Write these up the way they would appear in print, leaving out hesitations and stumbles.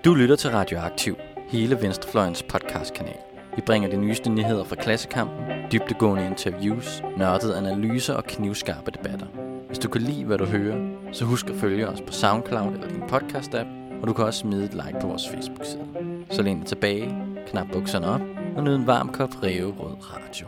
Du lytter til Radioaktiv, hele Venstrefløjens podcastkanal. Vi bringer de nyeste nyheder fra klassekampen, dybdegående interviews, nørdede analyser og knivskarpe debatter. Hvis du kan lide, hvad du hører, så husk at følge os på SoundCloud eller din podcast-app, og du kan også smide et like på vores Facebook-side. Så læn dig tilbage, knap bukserne op og nyd en varm kop ræverød radio.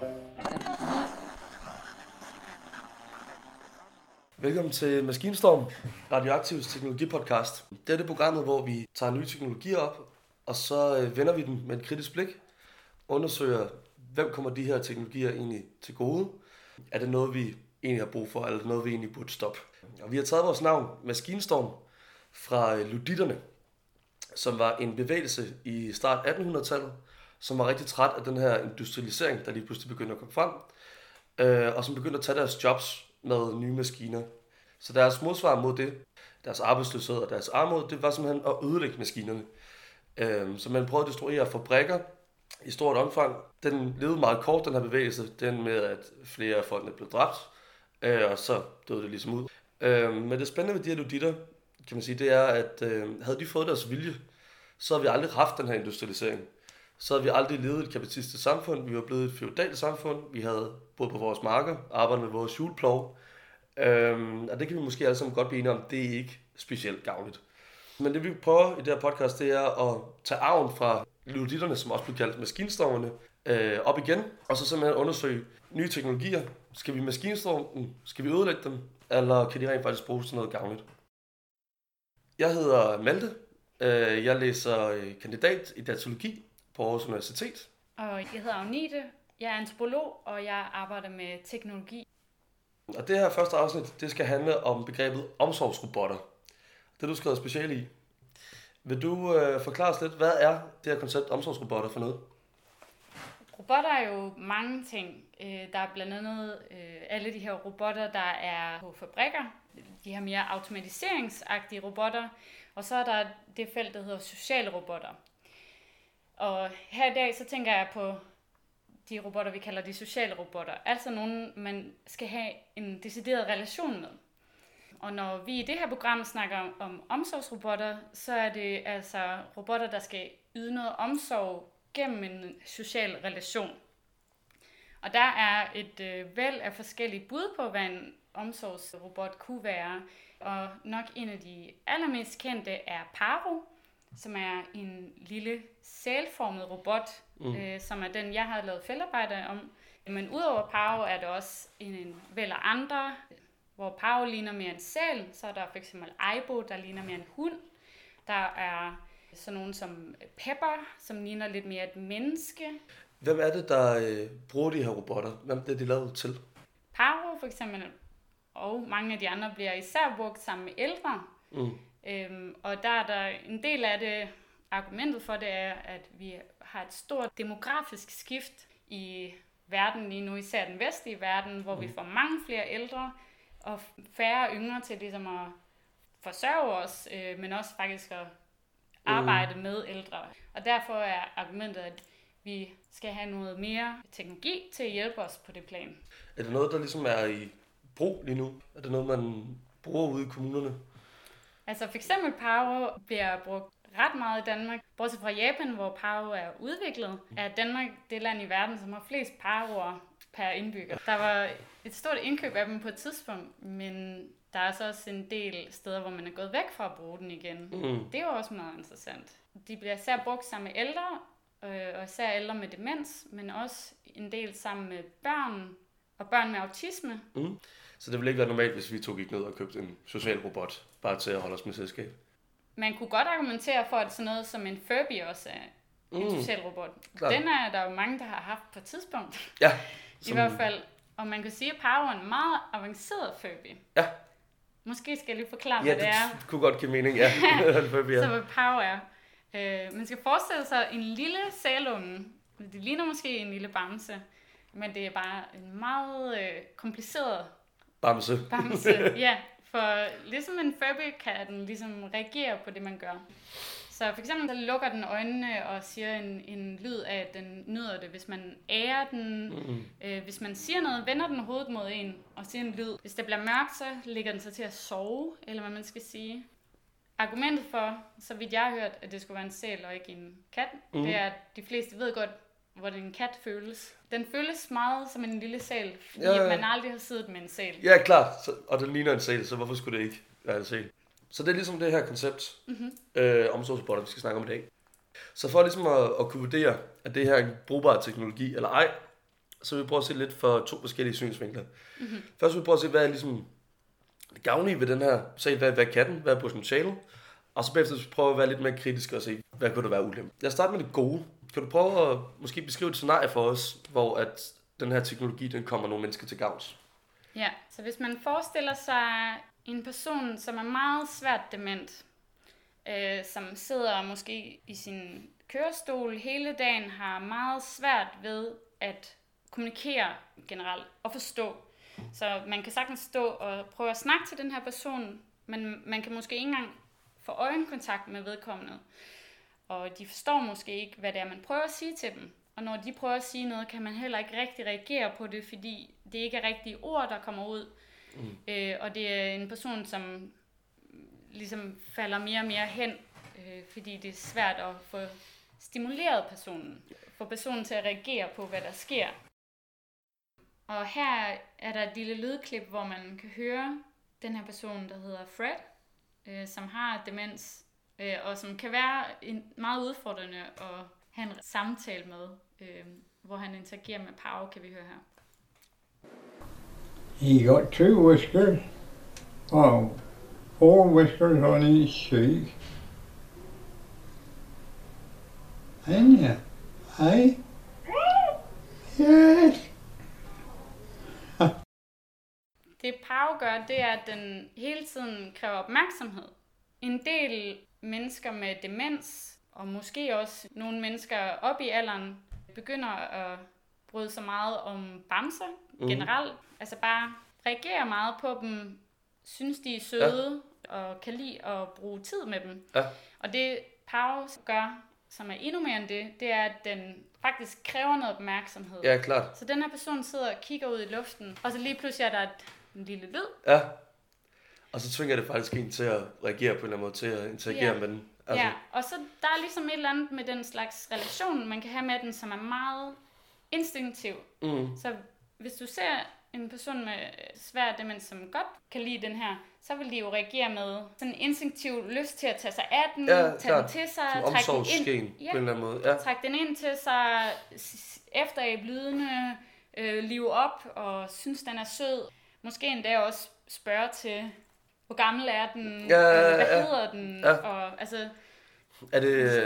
Velkommen til Maskinstorm, Radioaktivs teknologipodcast. Det er det programmet, hvor vi tager nye teknologier op, og så vender vi dem med et kritisk blik. Undersøger, hvem kommer de her teknologier egentlig til gode? Er det noget, vi egentlig har brug for, eller er det noget, vi egentlig burde stoppe? Og vi har taget vores navn, Maskinstorm, fra luditterne, som var en bevægelse i start 1800-tallet, som var rigtig træt af den her industrialisering, der lige pludselig begyndte at komme frem, og som begyndte at tage deres jobs med nye maskiner. Så deres modsvar mod det, deres arbejdsløshed og deres armod, det var simpelthen at ødelægge maskinerne. Så man prøvede at destruere fabrikker i stort omfang. Den levede meget kort, den her bevægelse, den med at flere af folkene blev dræbt, og så døde det ligesom ud. Men det spændende ved de her luditter, kan man sige, det er, at havde de fået deres vilje, så havde vi aldrig haft den her industrialisering. Så havde vi aldrig levet et kapitalistisk samfund. Vi var blevet et feudalt samfund. Vi havde boet på vores marker, arbejdet med vores hjulplov. Og det kan vi måske alle sammen godt blive enige om, det er ikke specielt gavnligt. Men det vi prøver i det her podcast, det er at tage arven fra luditterne, som også bliver kaldt maskinstormerne, op igen. Og så simpelthen undersøge nye teknologier. Skal vi maskinstorme dem? Skal vi ødelægge dem? Eller kan de rent faktisk bruges til noget gavnligt? Jeg hedder Malte. Jeg læser kandidat i datalogi på Aarhus Universitet. Og jeg hedder Agnete. Jeg er antropolog, og jeg arbejder med teknologi. Og det her første afsnit, det skal handle om begrebet omsorgsrobotter. Det er du skrevet special i. Vil du forklare os lidt, hvad er det her koncept omsorgsrobotter for noget? Robotter er jo mange ting. Der er blandt andet alle de her robotter, der er på fabrikker. De her mere automatiseringsagtige robotter. Og så er der det felt, der hedder sociale robotter. Og her i dag, så tænker jeg på de robotter, vi kalder de sociale robotter. Altså nogle, man skal have en decideret relation med. Og når vi i det her program snakker om omsorgsrobotter, så er det altså robotter, der skal yde noget omsorg gennem en social relation. Og der er et væld af forskellige bud på, hvad en omsorgsrobot kunne være. Og nok en af de allermest kendte er Paro, som er en lille sælformet robot, som er den, jeg har lavet feltarbejde om. Men udover Paro er der også en væld af andre, hvor Paro ligner mere en sæl. Så er der for eksempel Aibo, der ligner mere en hund. Der er sådan nogen som Pepper, som ligner lidt mere et menneske. Hvem er det, der bruger de her robotter? Hvem er de lavet til? Paro for eksempel, og mange af de andre bliver især brugt sammen med ældre. Og der er der en del af det, argumentet for det er, at vi har et stort demografisk skift i verden lige nu, især den vestlige verden, hvor vi får mange flere ældre og færre yngre til ligesom at forsørge os, men også faktisk at arbejde med ældre. Og derfor er argumentet, at vi skal have noget mere teknologi til at hjælpe os på det plan. Er det noget, der ligesom er i brug lige nu? Er det noget, man bruger ude i kommunerne? Altså for eksempel Paro bliver brugt ret meget i Danmark. Bortset fra Japan, hvor Paro er udviklet, er Danmark det land i verden, som har flest Paroer per indbygger. Der var et stort indkøb af dem på et tidspunkt, men der er så også en del steder, hvor man er gået væk fra at bruge den igen. Det er jo også meget interessant. De bliver især brugt sammen med ældre, og især ældre med demens, men også en del sammen med børn og børn med autisme. Så det ville ikke være normalt, hvis vi gik ned og købte en social robot, bare til at holde os med selskab? Man kunne godt argumentere for, at sådan noget som en Furby også er en social robot. Klar. Den er der jo mange, der har haft på et tidspunkt. Ja. I hvert fald. Og man kan sige, at Paro er en meget avanceret Furby. Ja. Måske skal jeg lige forklare, hvad det er. Ja, det kunne godt give mening, ja. Furby, ja. Så hvad Paro er. Man skal forestille sig en lille sælunge. Det ligner måske en lille bamse. Men det er bare en meget kompliceret bamse. Ja, for ligesom en Furby kan den ligesom reagere på det, man gør. Så for eksempel så lukker den øjnene og siger en lyd af, at den nyder det. Hvis man ærer den, hvis man siger noget, vender den hovedet mod en og siger en lyd. Hvis det bliver mørkt, så ligger den så til at sove, eller hvad man skal sige. argumentet for, så vidt jeg har hørt, at det skulle være en sæl og ikke en kat, det er, at de fleste ved godt, hvordan en kat føles. Den føles meget som en lille sæl, fordi man aldrig har siddet med en sæl. Ja, klart. Og den ligner en sæl, så hvorfor skulle det ikke være en sæl? Så det er ligesom det her koncept omsorgsrobotter, vi skal snakke om i dag. Så for ligesom at kunne vurdere, at det her er en brugbar teknologi eller ej, så vil vi prøve at se lidt for 2 forskellige synsvinkler. Først vil vi prøve at se, hvad er ligesom det gavnlige ved den her sag, hvad kan den, hvad er potentialet, og så bagefter vil vi prøve at være lidt mere kritisk og se, hvad kunne der være ulempe. Jeg starter med det gode. Kan du prøve at måske beskrive et scenarie for os, hvor at den her teknologi, den kommer nogle mennesker til gavns? Ja, så hvis man forestiller sig en person, som er meget svært dement, som sidder måske i sin kørestol hele dagen, har meget svært ved at kommunikere generelt og forstå. Så man kan sagtens stå og prøve at snakke til den her person, men man kan måske ikke engang få øjenkontakt med vedkommende. Og de forstår måske ikke, hvad det er, man prøver at sige til dem. Og når de prøver at sige noget, kan man heller ikke rigtig reagere på det, fordi det ikke er rigtige ord, der kommer ud. Og det er en person, som ligesom falder mere og mere hen, fordi det er svært at få stimuleret personen. Få personen til at reagere på, hvad der sker. Og her er der et lille lydklip, hvor man kan høre den her person, der hedder Fred, som har demens, og som kan være meget udfordrende at have en samtale med, hvor han interagerer med Pau, kan vi høre her. He got 2 whiskers, 4 whiskers on each cheek. Anya, hey? Yes. Det Pau gør, det er, at den hele tiden kræver opmærksomhed. En del mennesker med demens, og måske også nogle mennesker op i alderen, begynder at bryde sig meget om bamser generelt. Altså bare reagere meget på dem, synes de er søde, og kan lide at bruge tid med dem. Ja. Og det Pau gør, som er endnu mere end det er, at den faktisk kræver noget opmærksomhed. Ja, klart. Så den her person sidder og kigger ud i luften, og så lige pludselig er der en lille lyd. Ja. Og så tvinger det faktisk en til at reagere på en eller anden måde, til at interagere med den. Altså. Ja, og så der er ligesom et eller andet med den slags relation, man kan have med den, som er meget instinktiv. Så hvis du ser en person med svær demens, som godt kan lide den her, så vil de jo reagere med sådan en instinktiv lyst til at tage sig af den, tage den til sig, trække den ind, på en eller anden måde. Ja. Trække den ind til sig, efteræbe lydene, live op og synes, den er sød. Måske endda også spørge til, hvor gammel er den, hvad hedder den, og altså... Er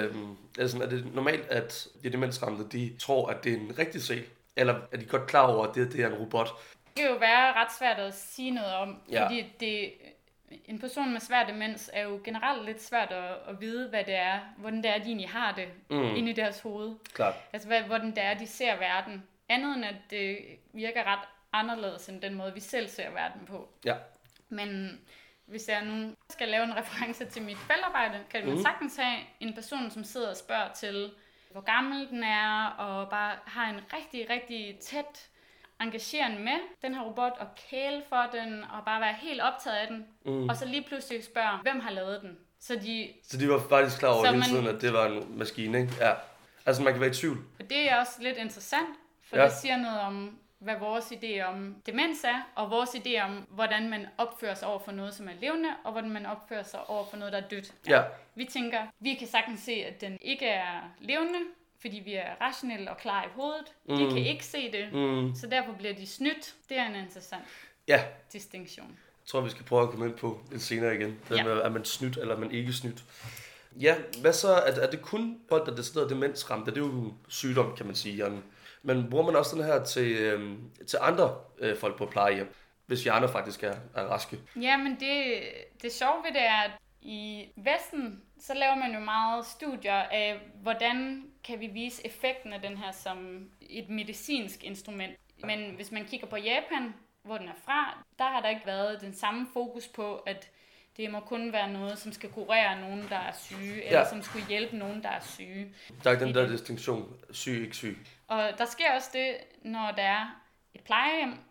det normalt, at de demensramte, de tror, at det er en rigtig sæl? Eller er de godt klar over, at det er en robot? Det kan jo være ret svært at sige noget om, fordi en person med svær demens er jo generelt lidt svært at vide, hvad det er, hvordan det er, de egentlig har det inde i deres hoved. Klart. Altså, hvordan det er, de ser verden. Andet end, at det virker ret anderledes end den måde, vi selv ser verden på. Ja. Men hvis jeg nu skal lave en reference til mit feltarbejde, kan man sagtens have en person, som sidder og spørger til, hvor gammel den er, og bare har en rigtig, rigtig tæt engagerende med den her robot, og kæle for den, og bare være helt optaget af den, og så lige pludselig spørge, hvem har lavet den? Så de var faktisk klar over hele tiden, at det var en maskine, ikke? Ja. Altså man kan være i tvivl. Og det er også lidt interessant, for det siger noget om, hvad vores idé om demens er, og vores idé om, hvordan man opfører sig over for noget, som er levende, og hvordan man opfører sig over for noget, der er dødt. Ja. Vi tænker, vi kan sagtens se, at den ikke er levende, fordi vi er rationelle og klar i hovedet. De kan ikke se det, så derfor bliver de snydt. Det er en interessant distinktion. Jeg tror, vi skal prøve at komme ind på lidt senere igen. Er man snydt, eller er man ikke snydt? Ja, hvad så? Er det kun folk, der decideret demensramte? Det er jo en sygdom, kan man sige, Jan. Men bruger man også den her til andre folk på plejehjem, hvis hjerner faktisk er raske? Ja, men det sjove ved det er, at i Vesten, så laver man jo meget studier af, hvordan kan vi vise effekten af den her som et medicinsk instrument. Men hvis man kigger på Japan, hvor den er fra, der har der ikke været den samme fokus på, at det må kun være noget, som skal kurere nogen, der er syge, eller som skulle hjælpe nogen, der er syge. Der er ikke den der distinktion, syg, ikke syg. Og der sker også det, når der er et plejehjem,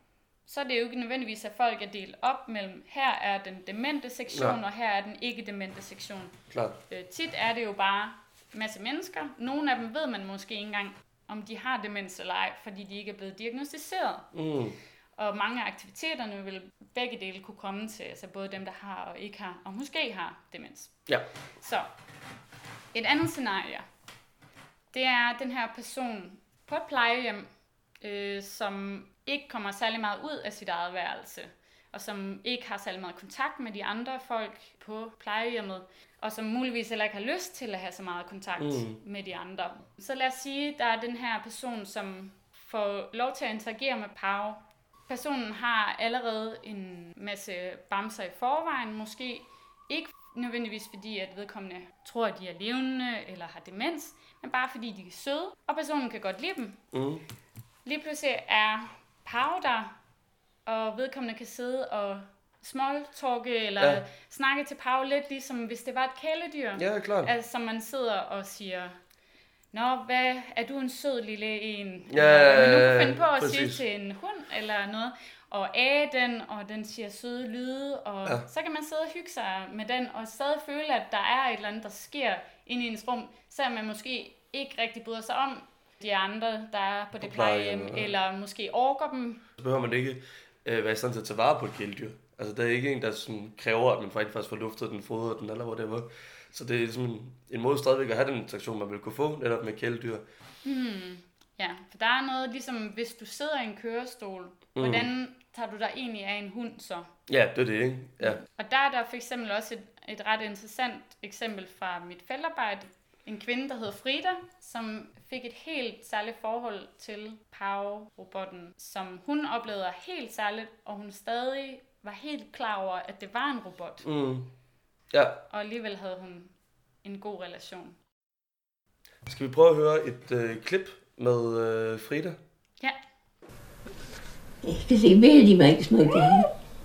så er det jo ikke nødvendigvis, at folk er delt op mellem, her er den demente sektion, og her er den ikke-demente sektion. Klart. Tit er det jo bare en masse mennesker. Nogle af dem ved man måske ikke engang, om de har demens eller ej, fordi de ikke er blevet diagnosticeret. Og mange af aktiviteterne vil begge dele kunne komme til, altså både dem, der har og ikke har, og måske har demens. Ja. Så, et andet scenarie, det er den her person på et plejehjem, som ikke kommer særlig meget ud af sit eget værelse, og som ikke har særlig meget kontakt med de andre folk på plejehjemmet, og som muligvis heller ikke har lyst til at have så meget kontakt med de andre. Så lad os sige, der er den her person, som får lov til at interagere med Pau. Personen har allerede en masse bamser i forvejen, måske ikke nødvendigvis fordi, at vedkommende tror, at de er levende eller har demens, men bare fordi de er søde, og personen kan godt lide dem. Lige pludselig er Pau der, og vedkommende kan sidde og smalltalke eller snakke til Pau lidt, ligesom hvis det var et kæledyr. Ja, klart. Altså, som man sidder og siger, nå, hvad, er du en sød lille en? Ja, man nu kan finde på at præcis. sige til en hund eller noget, og den, og den siger søde lyde, og så kan man sidde og hygge sig med den, og stadig føle, at der er et eller andet, der sker inde i ens rum, selvom man måske ikke rigtig bryder sig om de andre, der er på det plejehjem, eller måske orker dem. Så behøver man ikke være i stand til at tage vare på et kæledyr. Altså, der er ikke en, der sådan kræver, at man faktisk får luftet den, fodret den, eller whatever. Så det er ligesom en måde stadigvæk at have den interaktion, man vil kunne få netop med kæledyr. Ja, for der er noget, ligesom hvis du sidder i en kørestol, hvordan tager du dig egentlig af en hund så? Ja, det er det, ikke? Ja. Og der er der for eksempel også et ret interessant eksempel fra mit feltarbejde. En kvinde, der hedder Frida, som fik et helt særligt forhold til Pau-robotten, som hun oplevede helt særligt, og hun stadig var helt klar over, at det var en robot. Ja. Og alligevel havde hun en god relation. Skal vi prøve at høre et klip med Frida? Ja. Because he really makes my day.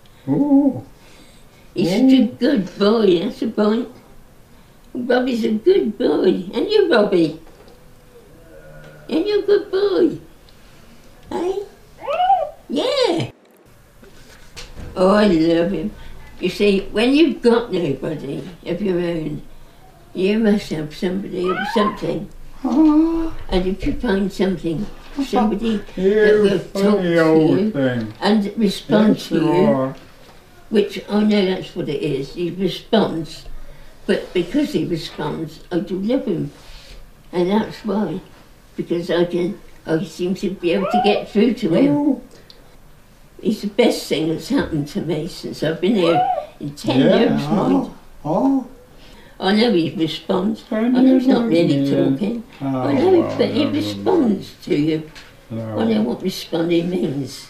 He's such a good boy, that's the point. Robbie's a good boy. And you, Robbie? And you're a good boy. Hey? Yeah. Oh, I love him. You see, when you've got nobody of your own, you must have somebody or something. And if you find somebody that will talk to you and respond to you, which I know that's what it is, he responds, but because he responds, I do love him. And that's why, because I seem to be able to get through to him. He's the best thing that's happened to me since I've been here in 10 years, mind. I know he responds. I know he's not really talking. I know, but he responds to you. I know what responding means.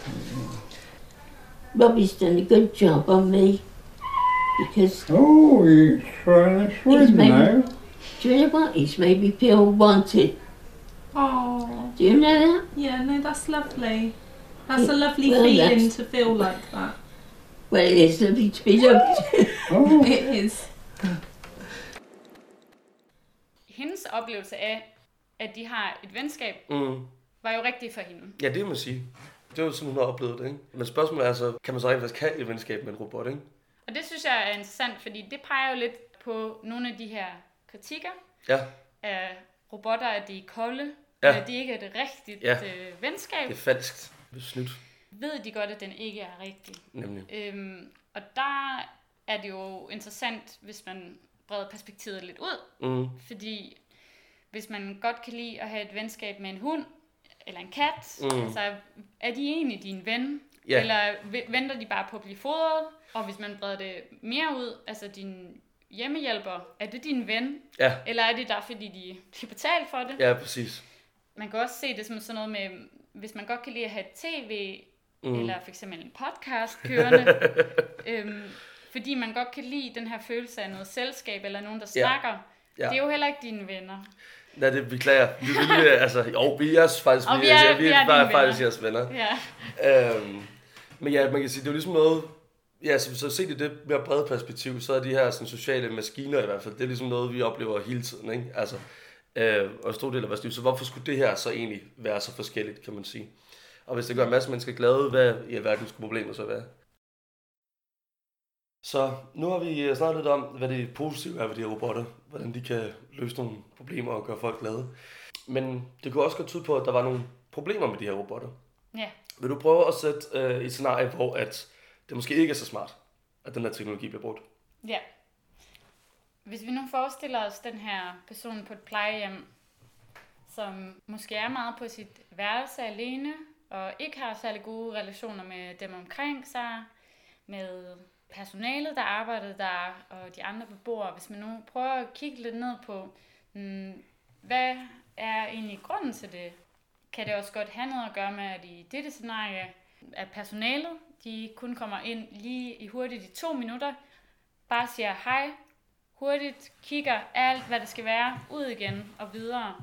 Robbie's done a good job on me because he's trying to swim now. do you know what? He's made me feel wanted. Oh, Do you know that? yeah, no, that's lovely. That's a lovely feeling to feel like that. Well, it is lovely to be loved. It is. Hendes oplevelse af, at de har et venskab, var jo rigtigt for hende. Ja, det må man sige. Det er jo sådan, hun har oplevet det, ikke? Men spørgsmålet er så, kan man så rent faktisk have et venskab med en robot, ikke? Og det synes jeg er interessant, fordi det peger jo lidt på nogle af de her kritikker af robotter, at de er kolde, at de ikke er det rigtigt venskab. Det er falskt. Det er snydt. Ved de godt, at den ikke er rigtig. Nemlig. Og der er det jo interessant, hvis man breder perspektivet lidt ud. Fordi hvis man godt kan lide at have et venskab med en hund, eller en kat, altså er de egentlig din ven? Eller venter de bare på at blive fodret? Og hvis man breder det mere ud, altså din hjemmehjælper, er det din ven? Eller er det der, fordi de betaler for det? Ja, præcis. Man kan også se det som sådan noget med, hvis man godt kan lide at have tv, eller for eksempel en podcast kørende, fordi man godt kan lide den her følelse af noget selskab, eller nogen, der snakker. Det er jo heller ikke dine venner. Nej, det beklager. Vi er faktisk faktisk jeres venner. Men ja, man kan sige, det er jo ligesom noget, så set i det mere brede perspektiv, så er de her sådan, sociale maskiner i hvert fald, det er ligesom noget, vi oplever hele tiden, ikke? Altså, og stor del af vores liv, så hvorfor skulle det her så egentlig være så forskelligt, kan man sige? Og hvis det gør en masse mennesker glade, hvad i alverden skulle problemet så være? Så nu har vi snakket lidt om, hvad det positive er ved de her robotter. Hvordan de kan løse nogle problemer og gøre folk glade. Men det kunne også godt tyde på, at der var nogle problemer med de her robotter. Ja. Vil du prøve at sætte et scenarie, hvor at det måske ikke er så smart, at den her teknologi bliver brugt? Ja. Hvis vi nu forestiller os den her person på et plejehjem, som måske er meget på sit værelse alene, og ikke har særlig gode relationer med dem omkring sig, med personalet, der arbejder der, og de andre beboere. Hvis man nu prøver at kigge lidt ned på, hvad er egentlig grunden til det? Kan det også godt have noget at gøre med, at i dette scenarie, at personalet, de kun kommer ind lige i hurtigt i 2 minutter, bare siger hej, hurtigt kigger alt, hvad det skal være, ud igen og videre.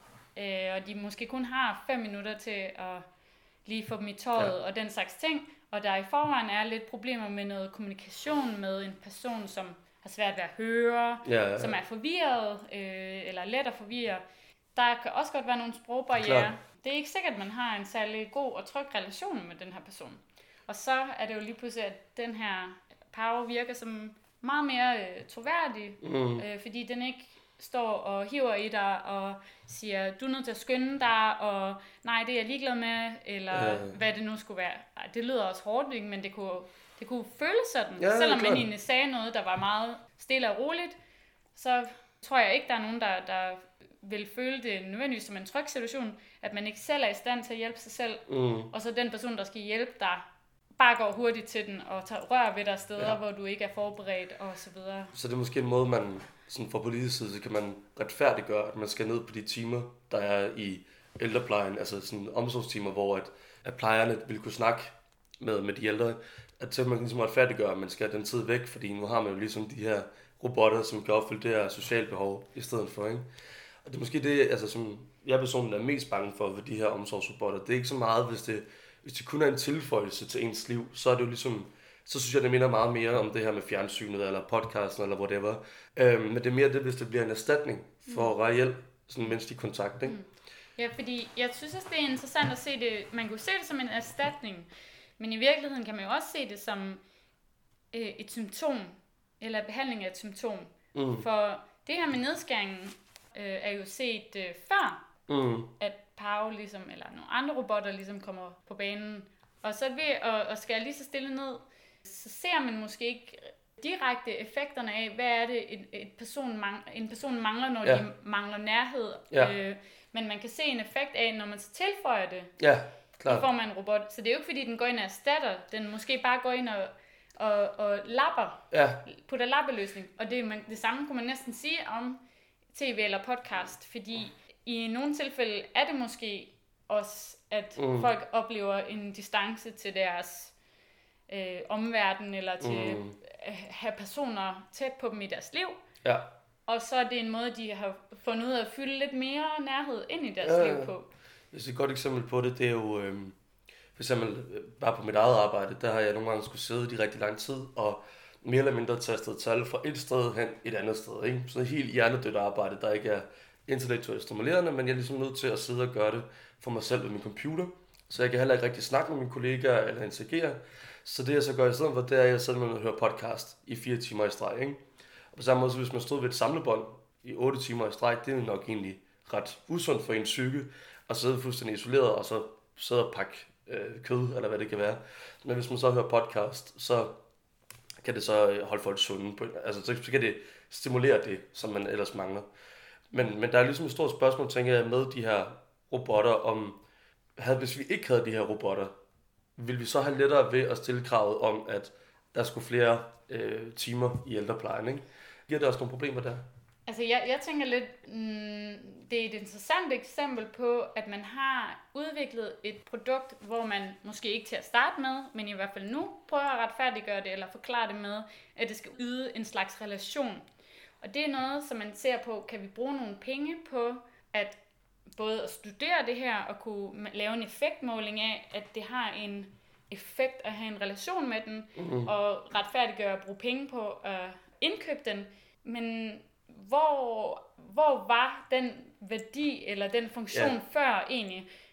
Og de måske kun har 5 minutter til at lige få dem i tøjet og den slags ting. Og der i forvejen er lidt problemer med noget kommunikation med en person, som har svært ved at høre, som er forvirret eller let at forvirre. Der kan også godt være nogle sprogbarrierer. Det er ikke sikkert, at man har en særlig god og tryg relation med den her person. Og så er det jo lige pludselig, at den her Pao virker som meget mere troværdig, fordi den ikke står og hiver i dig og siger, du er nødt til at skynde dig, og nej, det er jeg ligeglad med, eller hvad det nu skulle være. Ej, det lyder også hårdt, ikke? Men det kunne føles sådan. Selvom man egentlig sagde noget, der var meget stille og roligt, så tror jeg ikke, der er nogen, der vil føle det nødvendigvis som en tryg situation, at man ikke selv er i stand til at hjælpe sig selv, og så den person, der skal hjælpe dig, bare går hurtigt til den og tager rør ved dig steder, hvor du ikke er forberedt og så videre. Så det er måske en måde, man sådan fra politisk side, så kan man retfærdiggøre, at man skal ned på de timer, der er i ældreplejen, altså sådan omsorgstimer, hvor at plejerne vil kunne snakke med de ældre, at så man kan ligesom retfærdiggøre, at man skal have den tid væk, fordi nu har man jo ligesom de her robotter, som kan opfylde det her sociale behov i stedet for, ikke? Og det er måske det, altså, som jeg personligt er mest bange for ved de her omsorgsrobotter. Det er ikke så meget, hvis det kun er en tilføjelse til ens liv, så er det jo ligesom, så synes jeg, det minder meget mere om det her med fjernsynet, eller podcasten, eller whatever. Men det er mere det, hvis det bliver en erstatning for reel sådan menneskelig kontakt, ikke? Ja, fordi jeg synes også, det er interessant at se det, man kunne se det som en erstatning, men i virkeligheden kan man jo også se det som et symptom, eller behandling af et symptom. For det her med nedskæringen er jo set før, at Pao ligesom, eller nogle andre robotter ligesom kommer på banen. Og så ved at skære lige så stille ned, så ser man måske ikke direkte effekterne af, hvad er det en person mangler, når de mangler nærhed. Men man kan se en effekt af, når man så tilføjer det, i form af en robot. Så det er jo ikke, fordi den går ind og erstatter. Den måske bare går ind og lapper, putter lappeløsning. Og det samme kunne man næsten sige om tv eller podcast, fordi i nogle tilfælde er det måske også, at folk oplever en distance til deres omverden, eller til at have personer tæt på dem i deres liv. Ja. Og så er det en måde, de har fundet ud af at fylde lidt mere nærhed ind i deres liv på. Et godt eksempel på det, det er jo, for eksempel bare på mit eget arbejde, der har jeg nogle gange skulle sidde i rigtig lang tid, og mere eller mindre tastet tal fra et sted hen et andet sted, ikke? Så helt hjernedødt arbejde, der ikke er intellektuelt stimulerende, men jeg er ligesom nødt til at sidde og gøre det for mig selv ved min computer, så jeg kan heller ikke rigtig snakke med mine kollegaer eller interagere. Så det jeg så gør i stedet for, det er, at jeg sidder med og hører podcast i 4 timer i streg, ikke? Og på samme måde, så hvis man stod ved et samlebånd i 8 timer i streg, det er nok egentlig ret usundt for en psyke at sidde fuldstændig isoleret og så sidde og pakke kød, eller hvad det kan være. Men hvis man så hører podcast, så kan det så holde folk sunde på, altså så kan det stimulere det, som man ellers mangler. Men der er ligesom et stort spørgsmål, tænker jeg, med de her robotter, om hvis vi ikke havde de her robotter, ville vi så have lettere ved at stille kravet om, at der skulle flere timer i ældreplejen, ikke? Giver det også nogle problemer der? Altså jeg tænker lidt, det er et interessant eksempel på, at man har udviklet et produkt, hvor man måske ikke til at starte med, men i hvert fald nu prøver at retfærdiggøre det, eller forklare det med, at det skal yde en slags relation. Og det er noget, som man ser på, kan vi bruge nogle penge på, at både at studere det her, og kunne lave en effektmåling af, at det har en effekt at have en relation med den, og retfærdiggøre at bruge penge på at indkøbe den. Men hvor var den værdi eller den funktion før egentlig?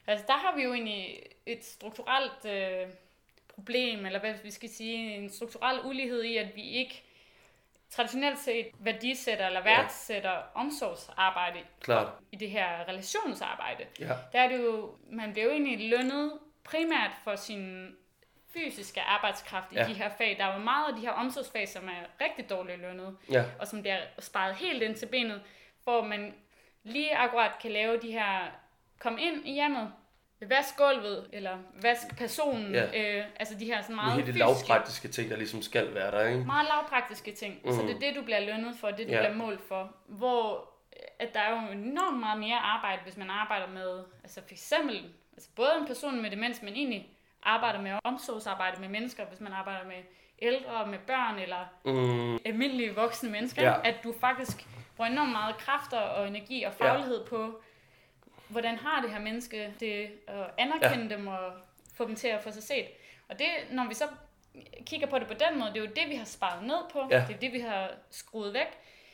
Altså der har vi jo egentlig et strukturelt problem, eller hvad vi skal sige, en strukturel ulighed i, at vi ikke traditionelt set værdisætter eller værdsætter omsorgsarbejde Klart. i det her relationsarbejde. Ja. Der er det jo, man bliver jo egentlig lønnet primært for sin fysiske arbejdskraft i de her fag. Der er jo meget af de her omsorgsfag, som er rigtig dårligt lønnet, og som bliver sparet helt ind til benet, hvor man lige akkurat kan lave de her, komme ind i hjemmet, vask gulvet, eller vask personen, altså de her sådan meget fysiske. Helt lavpraktiske ting, der ligesom skal være der, ikke? Meget lavpraktiske ting, så det er det, du bliver lønnet for, det du bliver målt for, hvor at der er jo enormt meget mere arbejde, hvis man arbejder med, altså for eksempel, altså både en person med demens, men egentlig arbejder med omsorgsarbejde med mennesker, hvis man arbejder med ældre, med børn, eller almindelige voksne mennesker, at du faktisk bruger enormt meget kræfter og energi og faglighed på, hvordan har det her menneske det, at anerkende dem og få dem til at få sig set. Og det, når vi så kigger på det på den måde, det er jo det, vi har sparet ned på, det er det, vi har skruet væk.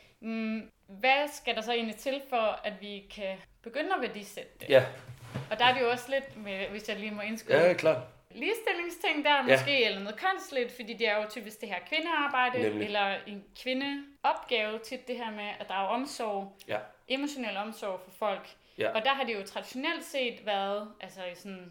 Hvad skal der så egentlig til for, at vi kan begynde at værdisætte det? Ja. Og der er det jo også lidt, med, hvis jeg lige må indskyde, klart. Ligestillingsting der måske, eller noget kønsligt, fordi det er jo typisk det her kvindearbejde, eller en kvindeopgave til det her med, at der er omsorg, emotionel omsorg for folk. Ja. Og der har det jo traditionelt set været, altså i sådan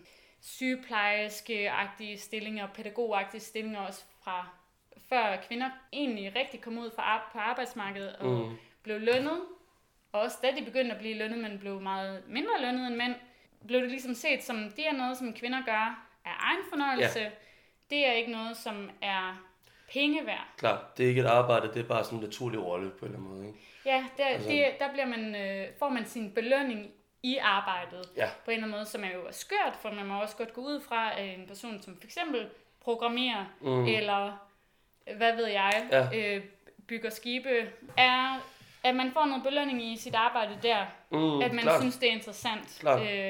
sygeplejerske-agtige stillinger, pædagog-agtige stillinger også fra før kvinder egentlig rigtig kom ud på arbejdsmarkedet og blev lønnet, og også da de begyndte at blive lønnet, men blev meget mindre lønnet end mænd, blev det ligesom set som, det er noget, som kvinder gør af egen fornøjelse. Ja. Det er ikke noget, som er penge værd. Klart, det er ikke et arbejde, det er bare sådan en naturlig rolle på en eller anden måde, ikke? Ja, der bliver man, får man sin belønning i arbejdet på en eller anden måde, som er jo skørt, for man må også godt gå ud fra en person, som for eksempel programmerer, eller hvad ved jeg, bygger skibe, er, at man får noget belønning i sit arbejde der, at man synes, det er interessant.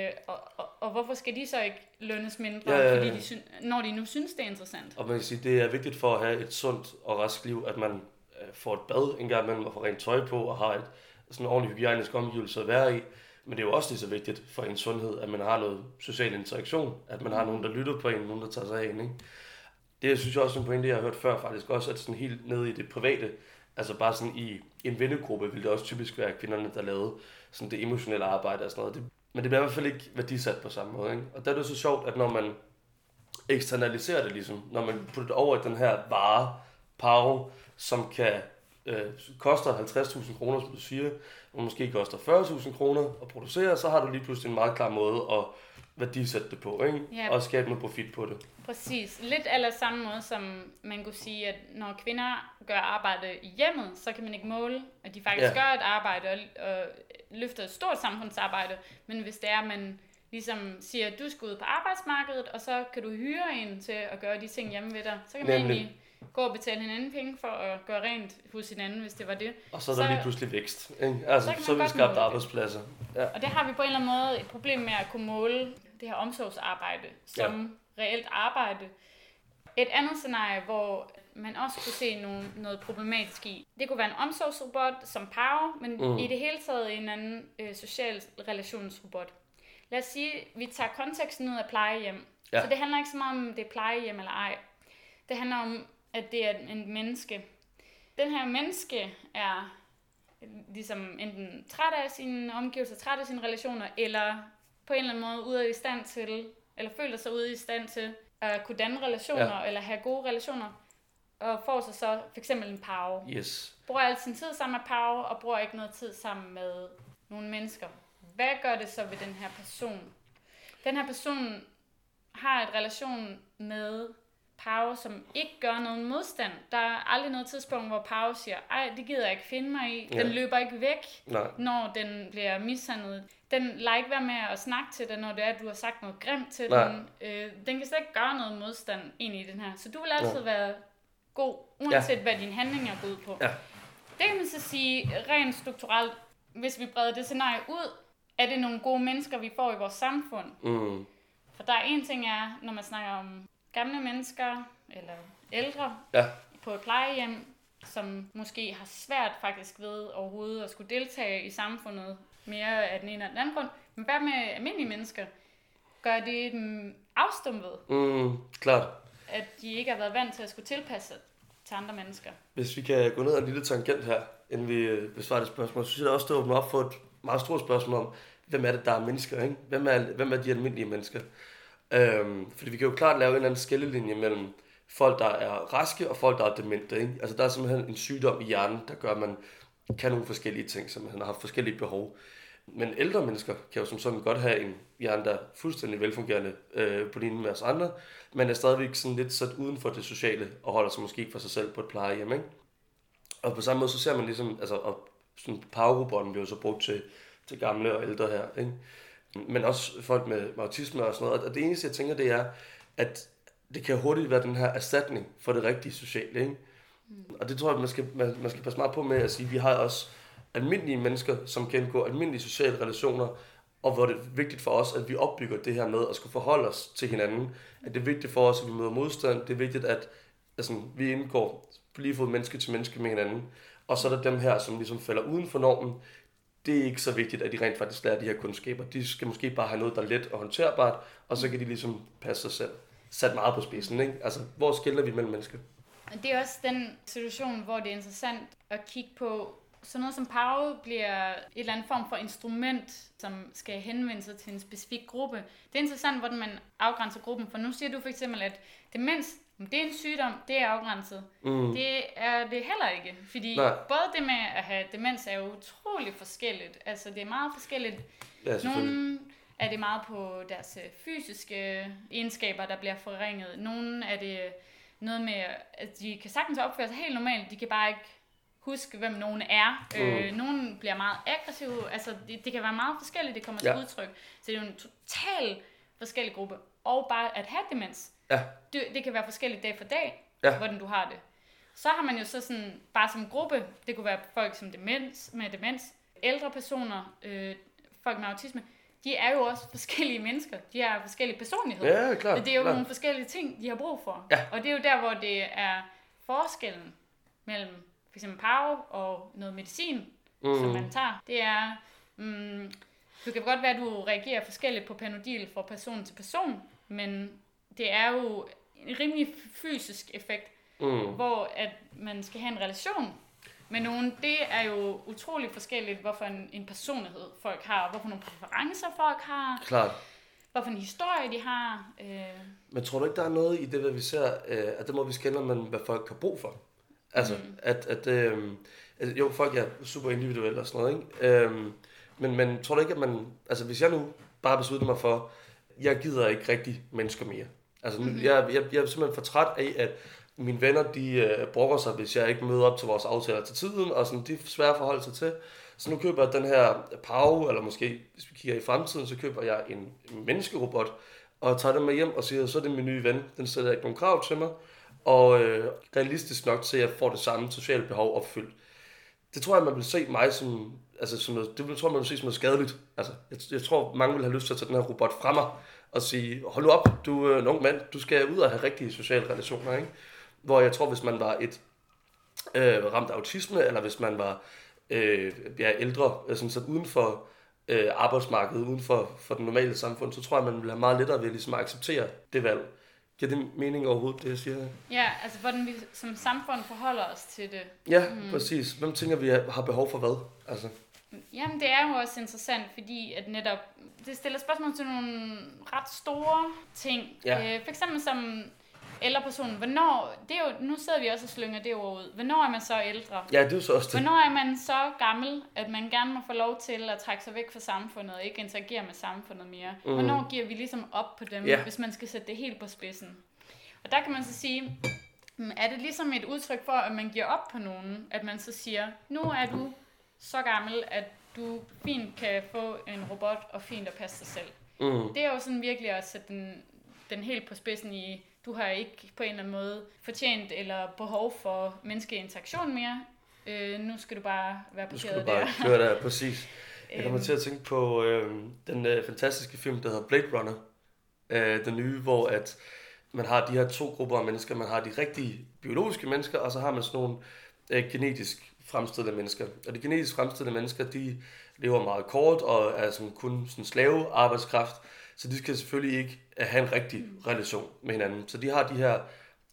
Og hvorfor skal de så ikke lønnes mindre, fordi når de nu synes, det er interessant? Og man kan sige, det er vigtigt for at have et sundt og rask liv, at man får et bad en gang imellem og får rent tøj på og har et sådan ordentligt hygiejnisk omgivelse at være i. Men det er jo også lige så vigtigt for ens sundhed, at man har noget social interaktion, at man har nogen, der lytter på en, nogen, der tager sig af en, ikke? Det synes jeg også er en pointe, jeg har hørt før faktisk også, at sådan helt nede i det private, altså bare sådan i en vennegruppe, ville det også typisk være kvinderne, der lavede sådan det emotionelle arbejde og sådan noget. Men det bliver i hvert fald ikke værdisat på samme måde, ikke? Og der er det så sjovt, at når man eksternaliserer det ligesom, når man putter det over i den her vare, Paro, som kan koster 50.000 kroner, som du siger, og måske koster 40.000 kroner at producere, så har du lige pludselig en meget klar måde at værdisætte det på, ikke? Ja. Og skabe noget profit på det. Præcis. Lidt eller samme måde, som man kunne sige, at når kvinder gør arbejde i hjemmet, så kan man ikke måle, at de faktisk gør et arbejde og løfter et stort samfundsarbejde. Men hvis det er, at man ligesom siger, at du skal ud på arbejdsmarkedet, og så kan du hyre en til at gøre de ting hjemme ved dig, så kan man egentlig gå og betale hinanden penge for at gøre rent hos hinanden, hvis det var det. Og så er der lige pludselig vækst, ikke? Altså, så vi skabt arbejdspladser. Ja. Og det har vi på en eller anden måde et problem med at kunne måle det her omsorgsarbejde som reelt arbejde. Et andet scenarie, hvor man også kunne se noget problematisk i, det kunne være en omsorgsrobot som Paro, men i det hele taget en anden social relationsrobot. Lad os sige, at vi tager konteksten ud af plejehjem. Ja. Så det handler ikke så meget om, det er plejehjem eller ej. Det handler om, at det er en menneske. Den her menneske er ligesom enten træt af sine omgivelser, træt af sine relationer, eller på en eller anden måde ude i stand til, eller føler sig ude i stand til at kunne danne relationer, eller have gode relationer, og får sig så for eksempel en Paro. Yes. Bruger al sin tid sammen med Paro, og bruger ikke noget tid sammen med nogle mennesker. Hvad gør det så ved den her person? Den her person har et relation med Paro, som ikke gør nogen modstand. Der er aldrig noget tidspunkt, hvor Paro siger, ej, det gider jeg ikke finde mig i. Den løber ikke væk, når den bliver mishandlet. Den lader ikke være med at snakke til dig, når det er, at du har sagt noget grimt til den. Den kan slet ikke gøre noget modstand ind i den her. Så du vil altid være god, uanset hvad din handling er gået på. Ja. Det kan man så sige rent strukturelt, hvis vi breder det scenarie ud, er det nogle gode mennesker, vi får i vores samfund. For der er en ting er, når man snakker om gamle mennesker eller ældre på et plejehjem, som måske har svært faktisk ved overhovedet at skulle deltage i samfundet mere af den ene eller den anden grund. Men hvad med almindelige mennesker? gør det dem afstumpet. Klart. At de ikke har været vant til at skulle tilpasse sig til andre mennesker. Hvis vi kan gå ned ad en lille tangent her, inden vi besvarer det spørgsmål, så synes jeg også, det åbner op for et meget stort spørgsmål om, hvem er det, der er mennesker, ikke? Hvem er de almindelige mennesker? Fordi vi kan jo klart lave en eller anden skillelinje mellem folk, der er raske, og folk, der er demente, ikke? Altså, der er simpelthen en sygdom i hjernen, der gør, at man kan nogle forskellige ting, som man har forskellige behov. Men ældre mennesker kan jo som sådan godt have en hjerne, der er fuldstændig velfungerende på linje med os andre, men er stadigvæk sådan lidt sat uden for det sociale, og holder sig måske for sig selv på et plejehjem, ikke? Og på samme måde, så ser man ligesom, altså, og sådan powerrobotten bliver jo så brugt til gamle og ældre her, ikke? Men også folk med autisme og sådan noget. Og det eneste, jeg tænker, det er, at det kan hurtigt være den her erstatning for det rigtige sociale, ikke? Og det tror jeg, man skal passe meget på med at sige, at vi har også almindelige mennesker, som kan indgå almindelige sociale relationer, og hvor det er vigtigt for os, at vi opbygger det her med at skulle forholde os til hinanden. At det er vigtigt for os, at vi møder modstand. Det er vigtigt, at altså, vi indgår lige fået menneske til menneske med hinanden. Og så er der dem her, som ligesom falder uden for normen. Det er ikke så vigtigt, at de rent faktisk lærer de her kundskaber. De skal måske bare have noget, der er let og håndterbart, og så kan de ligesom passe sig selv. Sat meget på spidsen, ikke? Altså, hvor skiller vi mellem mennesker? Det er også den situation, hvor det er interessant at kigge på. Sådan noget som Pau bliver et eller andet form for instrument, som skal henvende sig til en specifik gruppe. Det er interessant, hvordan man afgrænser gruppen. For nu siger du for eksempel, at demens, det er en sygdom, det er afgrænset. Det er det heller ikke. Fordi både det med at have demens er jo utrolig forskelligt. Altså det er meget forskelligt. Ja, nogle er det meget på deres fysiske egenskaber, der bliver forringet. Nogle er det noget med, at de kan sagtens opføre sig helt normalt. De kan bare ikke huske, hvem nogen er. Nogen bliver meget aggressive. Altså, det kan være meget forskelligt, det kommer til udtryk. Så det er jo en total forskellig gruppe. Og bare at have demens, det kan være forskelligt dag for dag, hvordan du har det. Så har man jo så sådan, bare som gruppe, det kunne være folk som med demens, ældre personer, folk med autisme, de er jo også forskellige mennesker. De har forskellige personligheder. Ja, klart. Det er jo nogle forskellige ting, de har brug for. Ja. Og det er jo der, hvor det er forskellen mellem for eksempel Pau og noget medicin, som man tager. Det er, det kan godt være, at du reagerer forskelligt på Panodil fra person til person, men det er jo en rimelig fysisk effekt, hvor at man skal have en relation med nogen. Det er jo utrolig forskelligt, hvorfor en personlighed folk har, hvorfor nogle præferencer folk har. Klart. Hvorfor en historie de har. Men tror du ikke, der er noget i det, hvad vi ser, at det må vi skelne, men hvad folk har brug for? Altså, jo, folk er super individuelle og sådan noget, ikke? Men tror du ikke, at man, altså hvis jeg nu bare beslutter mig for, jeg gider ikke rigtig mennesker mere. Altså, jeg er simpelthen for træt af, at mine venner, de brokker sig, hvis jeg ikke møder op til vores aftaler til tiden, og sådan, de er svære at forholde sig til. Så nu køber jeg den her Pau, eller måske, hvis vi kigger i fremtiden, så køber jeg en menneskerobot, og tager den med hjem og siger, så er det min nye ven, den sætter ikke nogen krav til mig, og realistisk nok til, at jeg får det samme sociale behov opfyldt. Det tror jeg, man vil se mig som, altså som noget, det tror jeg, man vil se som noget skadeligt. Altså, jeg tror, mange vil have lyst til at tage den her robot fra mig, og sige, hold nu op, du er en ung mand, du skal ud og have rigtige sociale relationer, ikke? Hvor jeg tror, hvis man var et ramt af autisme, eller hvis man var ældre, sådan sat uden for arbejdsmarkedet, uden for den normale samfund, så tror jeg, man vil have meget lettere ved ligesom at acceptere det valg. Giver det mening overhovedet, det jeg siger? Ja, altså hvordan vi som samfund forholder os til det. Ja, præcis. Hvem tænker vi har behov for hvad? Altså. Jamen, det er jo også interessant, fordi at netop, det stiller spørgsmål til nogle ret store ting. Ja. For eksempel som ældrepersonen. Hvornår, det er jo, nu sidder vi også og slynger det ord ud. Hvornår er man så ældre? Ja, det er jo så også det. Hvornår er man så gammel, at man gerne må få lov til at trække sig væk fra samfundet og ikke interagere med samfundet mere? Hvornår giver vi ligesom op på dem, hvis man skal sætte det helt på spidsen? Og der kan man så sige, er det ligesom et udtryk for, at man giver op på nogen? At man så siger, nu er du så gammel, at du fint kan få en robot og fint at passe sig selv. Det er jo sådan virkelig at sætte den helt på spidsen i, du har ikke på en eller anden måde fortjent eller behov for menneskelig interaktion mere. Nu skal du bare være parkeret der. Nu skal du bare køre der, præcis. Jeg kommer til at tænke på den fantastiske film, der hedder Blade Runner. Den nye, hvor at man har de her to grupper af mennesker. Man har de rigtige biologiske mennesker, og så har man sådan nogle genetisk fremstillede mennesker. Og de genetisk fremstillede mennesker, de lever meget kort og er sådan kun sådan slave arbejdskraft. Så de skal selvfølgelig ikke have en rigtig relation med hinanden. Så de har de her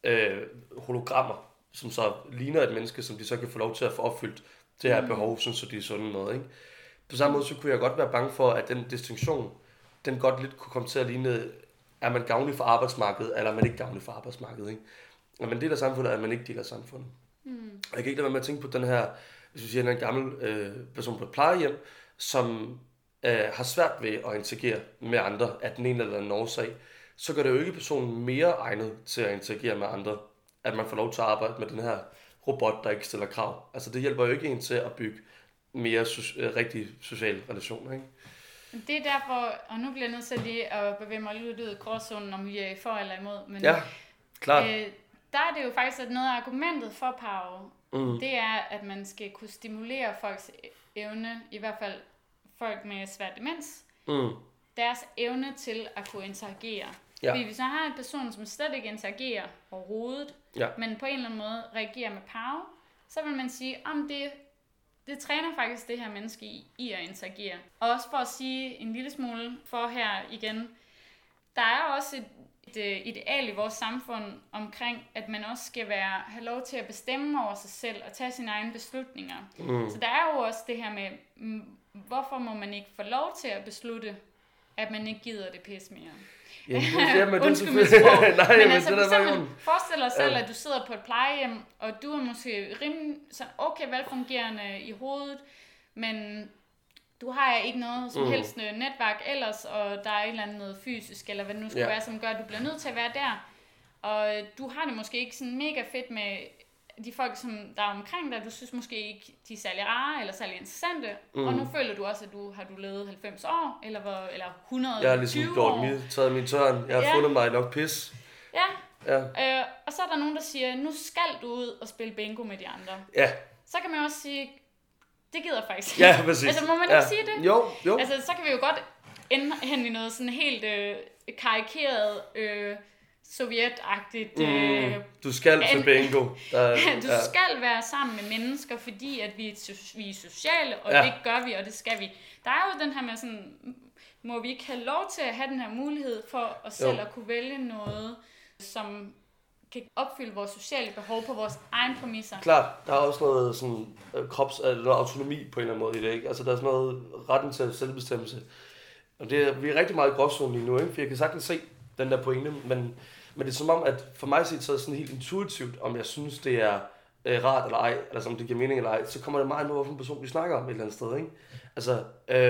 hologrammer, som så ligner et menneske, som de så kan få lov til at få opfyldt det her behov, sådan, så de er sunde med. Ikke? På samme måde, så kunne jeg godt være bange for, at den distinktion, den godt lidt kunne komme til at ligne, er man gavnlig for arbejdsmarkedet, eller er man ikke gavnlig for arbejdsmarkedet. Ikke? Er man del af samfundet, eller er man ikke del af samfundet. Og jeg kan ikke lade være med at tænke på den her, hvis vi siger, en gammel person på et plejehjem, som har svært ved at interagere med andre af den ene eller anden årsag, så gør det jo ikke personen mere egnet til at interagere med andre, at man får lov til at arbejde med den her robot, der ikke stiller krav. Altså det hjælper jo ikke en til at bygge mere rigtig sociale relationer, ikke? Det er derfor, og nu bliver jeg nødt til lige at bevæge mig lidt ud i gråzonen, om vi er for eller imod. Men, ja, klart. Der er det jo faktisk, at noget af argumentet for PAO, det er, at man skal kunne stimulere folks evne, i hvert fald folk med svær demens, deres evne til at kunne interagere. Ja. Fordi hvis man har en person, som slet ikke interagerer overhovedet, men på en eller anden måde reagerer med PAO, så vil man sige, om det træner faktisk det her menneske i at interagere. Og også for at sige en lille smule for her igen, der er også et ideal i vores samfund omkring, at man også skal have lov til at bestemme over sig selv og tage sine egne beslutninger. Så der er jo også det her med, hvorfor må man ikke få lov til at beslutte, at man ikke gider det pis mere? Undskyld mit sprog. Nej, men altså, forestil dig selv, at du sidder på et plejehjem, og du er måske rimelig okay velfungerende i hovedet, men du har ikke noget som helst netværk ellers, og der er et eller andet noget fysisk, eller hvad det nu skal være, som gør, at du bliver nødt til at være der. Og du har det måske ikke sådan mega fedt med de folk, som der er omkring dig. Du synes måske ikke, de er særlig rare eller særlig interessante. Og nu føler du også, at du har levet 90 år, eller 120 år. Jeg har ligesom taget min tørn. Jeg har fundet mig nok pis. Ja. Og så er der nogen, der siger, nu skal du ud og spille bingo med de andre. Ja. Så kan man også sige, det gider faktisk ikke. Ja, præcis. Altså, må man ikke sige det? Jo. Altså, så kan vi jo godt ende hen i noget sådan helt karikeret, sovjetagtigt. Du skal til bingo. Du skal være sammen med mennesker, fordi at vi er sociale, og det gør vi, og det skal vi. Der er jo den her med sådan, må vi ikke have lov til at have den her mulighed for os selv at kunne vælge noget, som kan opfylde vores sociale behov på vores egen præmisser. Klart, der er også noget sådan noget autonomi på en eller anden måde i det, ikke? Altså der er sådan noget retten til selvbestemmelse. Og vi er rigtig meget i gråzonen lige nu, ikke? For jeg kan sagtens se den der pointe, men det er som om, at for mig set, så er det sådan helt intuitivt, om jeg synes, det er rart eller ej, eller som det giver mening eller ej, så kommer det meget med, hvilken person vi snakker om et eller andet sted, ikke? Altså,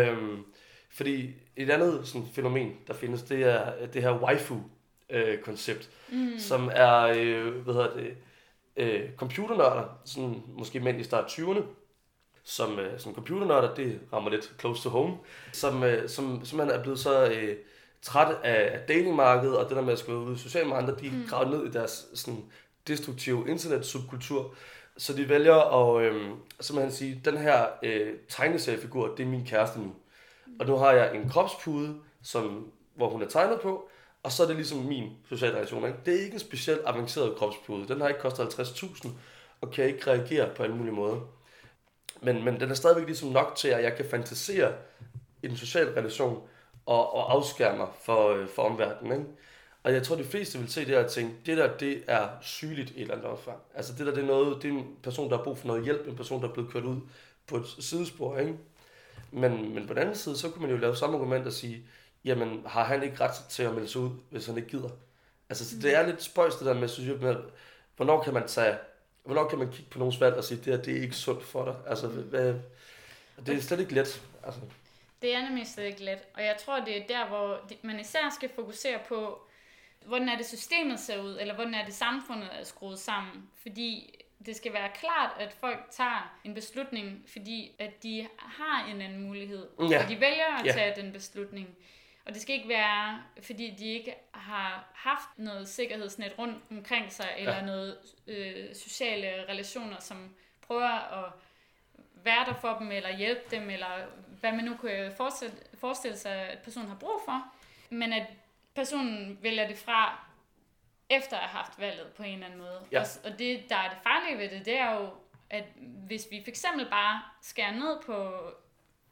fordi et andet sådan fænomen, der findes, det er det her waifu-koncept, som er, computernørder, sådan måske mænd i start 20'erne, som computernørder, det rammer lidt close to home, som man er blevet så træt af datingmarkedet, og det der med at skulle ud i sociale med andre, de graver ned i deres sådan destruktive internetsubkultur, så de vælger at simpelthen sige, den her tegneseriefigur, det er min kæreste nu. Og nu har jeg en kropspude, hvor hun er tegnet på, og så er det ligesom min sociale reaktion. Ikke? Det er ikke en specielt avanceret kropspude. Den har ikke kostet 50.000, og kan ikke reagere på alle mulige måder. Men den er stadigvæk ligesom nok til, at jeg kan fantasere i den sociale relation, og afskære mig for omverdenen. Ikke? Og jeg tror, de fleste vil se det her og tænke, det er sygeligt et eller andet omfang. Altså det er en person, der har brug for noget hjælp, en person, der er blevet kørt ud på et sidespor. Ikke? Men på den anden side, så kunne man jo lave samme argument og sige, jamen har han ikke ret til at melde sig ud, hvis han ikke gider? Altså så det er lidt spøjs det der med, synes jeg, hvornår kan man kigge på nogens valg og sige, det er ikke sundt for dig? Altså det er slet ikke let. Altså. Det er nemlig slet ikke let, og jeg tror, det er der, hvor man især skal fokusere på, hvordan er det systemet ser ud, eller hvordan er det samfundet er skruet sammen. Fordi det skal være klart, at folk tager en beslutning, fordi at de har en anden mulighed, og de vælger at tage den beslutning. Og det skal ikke være, fordi de ikke har haft noget sikkerhedsnet rundt omkring sig, eller noget sociale relationer, som prøver at være der for dem, eller hjælpe dem, eller hvad man nu kan forestille sig, at personen har brug for. Men at personen vælger det fra, efter at have haft valget på en eller anden måde. Ja. Og det, der er det farlige ved det, det er jo, at hvis vi for eksempel bare skærer ned på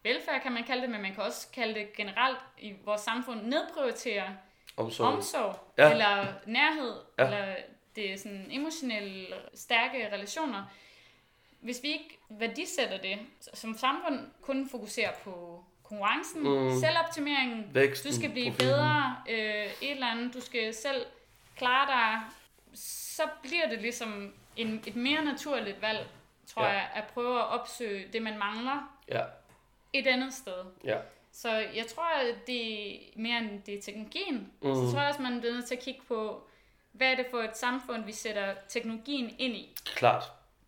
velfærd, kan man kalde det, men man kan også kalde det generelt i vores samfund nedprioritere omsorg eller nærhed, eller det er sådan emotionelle, stærke relationer. Hvis vi ikke værdisætter det, som samfund kun fokuserer på konkurrencen, selvoptimeringen, væksten, du skal blive bedre, et eller andet, du skal selv klare dig, så bliver det ligesom et mere naturligt valg, tror jeg, at prøve at opsøge det, man mangler et andet sted. Ja. Så jeg tror, at det er mere end det er teknologien. Så tror jeg også, man er nødt til at kigge på, hvad er det for et samfund, vi sætter teknologien ind i. Klart.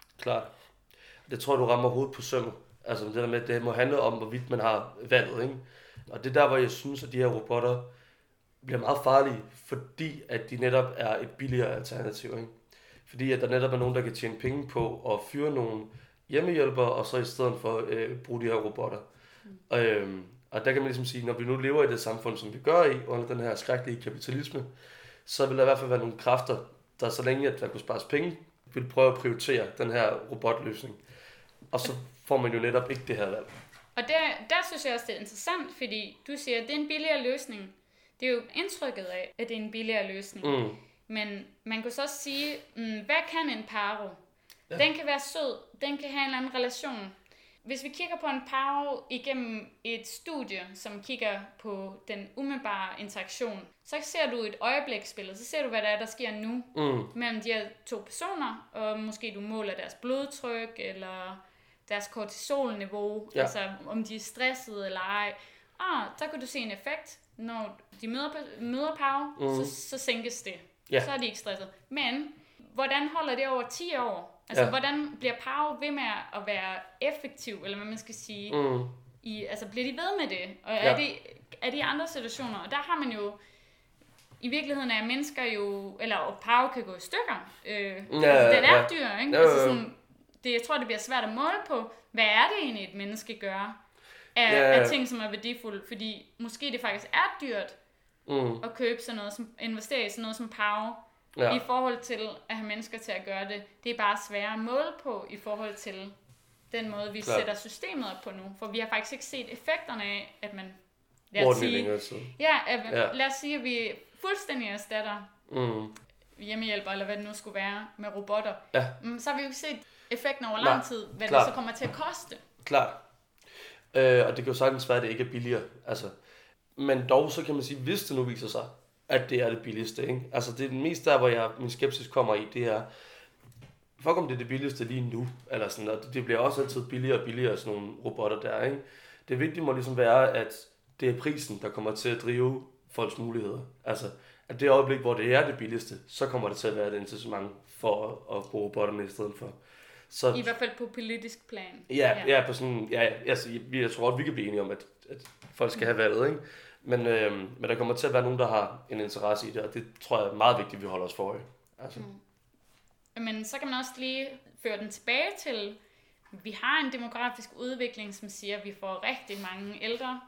Det tror jeg, du rammer hovedet på sømmet. Altså det der med, at det må handle om, hvorvidt man har valget, ikke? Og det er der, hvor jeg synes, at de her robotter bliver meget farlige, fordi at de netop er et billigere alternativ, ikke? Fordi at der netop er nogen, der kan tjene penge på at fyre nogle hjemmehjælpere, og så i stedet for bruge de her robotter. Og der kan man ligesom sige, når vi nu lever i det samfund, som vi gør i, under den her skrækkelige kapitalisme, så vil der i hvert fald være nogle kræfter, der så længe, at der kunne spares penge, vil prøve at prioritere den her robotløsning. Og så får man jo netop ikke det her valg. Og der synes jeg også, det er interessant, fordi du siger, at det er en billigere løsning. Det er jo indtrykket af, at det er en billigere løsning. Men man kunne så også sige, hvad kan en paro? Ja. Den kan være sød, den kan have en eller anden relation. Hvis vi kigger på en paro igennem et studie, som kigger på den umiddelbare interaktion, så ser du et øjebliksbillede, så ser du, hvad der sker nu mellem de her to personer, og måske du måler deres blodtryk, eller deres kortisolniveau, altså om de er stressede eller ej. Der kan du se en effekt, når de møder paro, så sænkes det. Yeah. Så er de ikke stresset. Men hvordan holder det over 10 år? Altså, hvordan bliver paro ved med at være effektiv, eller hvad man skal sige? Altså, bliver de ved med det? Og er det i andre situationer? Og der har man jo, i virkeligheden er mennesker jo, eller paro kan gå i stykker. Altså, den er dyr, ikke? Altså, sådan, jeg tror, det bliver svært at måle på, hvad er det egentlig, et menneske gør af ting, som er værdifulde? Fordi måske det faktisk er dyrt at købe sådan noget, investere i sådan noget som paro, i forhold til at have mennesker til at gøre det. Det er bare sværere at måle på i forhold til den måde, vi sætter systemet op på nu. For vi har faktisk ikke set effekterne af, at man lad os sige, at vi fuldstændig erstatter hjemmehjælper, eller hvad det nu skulle være, med robotter. Så har vi jo ikke set effekten over lang tid, hvad det så kommer til at koste. Klart. Og det kan jo sagtens være, at det ikke er billigere. Altså, men dog så kan man sige, hvis det nu viser sig, at det er det billigste, ikke? Altså det er den mest der, hvor min skepsis kommer i, det er, fuck om det er det billigste lige nu, eller sådan, og det bliver også altid billigere og billigere, sådan nogle robotter der, ikke? Det vigtige må ligesom være, at det er prisen, der kommer til at drive folks muligheder. Altså, at det øjeblik, hvor det er det billigste, så kommer det til at være et incitament for at bruge robotterne i stedet for. Så, i hvert fald på politisk plan. Ja, på sådan, altså, jeg tror godt, vi kan blive enige om, at folk skal have valget, ikke? Men der kommer til at være nogen, der har en interesse i det, og det tror jeg er meget vigtigt, at vi holder os for øje. Altså. Men så kan man også lige føre den tilbage til, vi har en demografisk udvikling, som siger, at vi får rigtig mange ældre,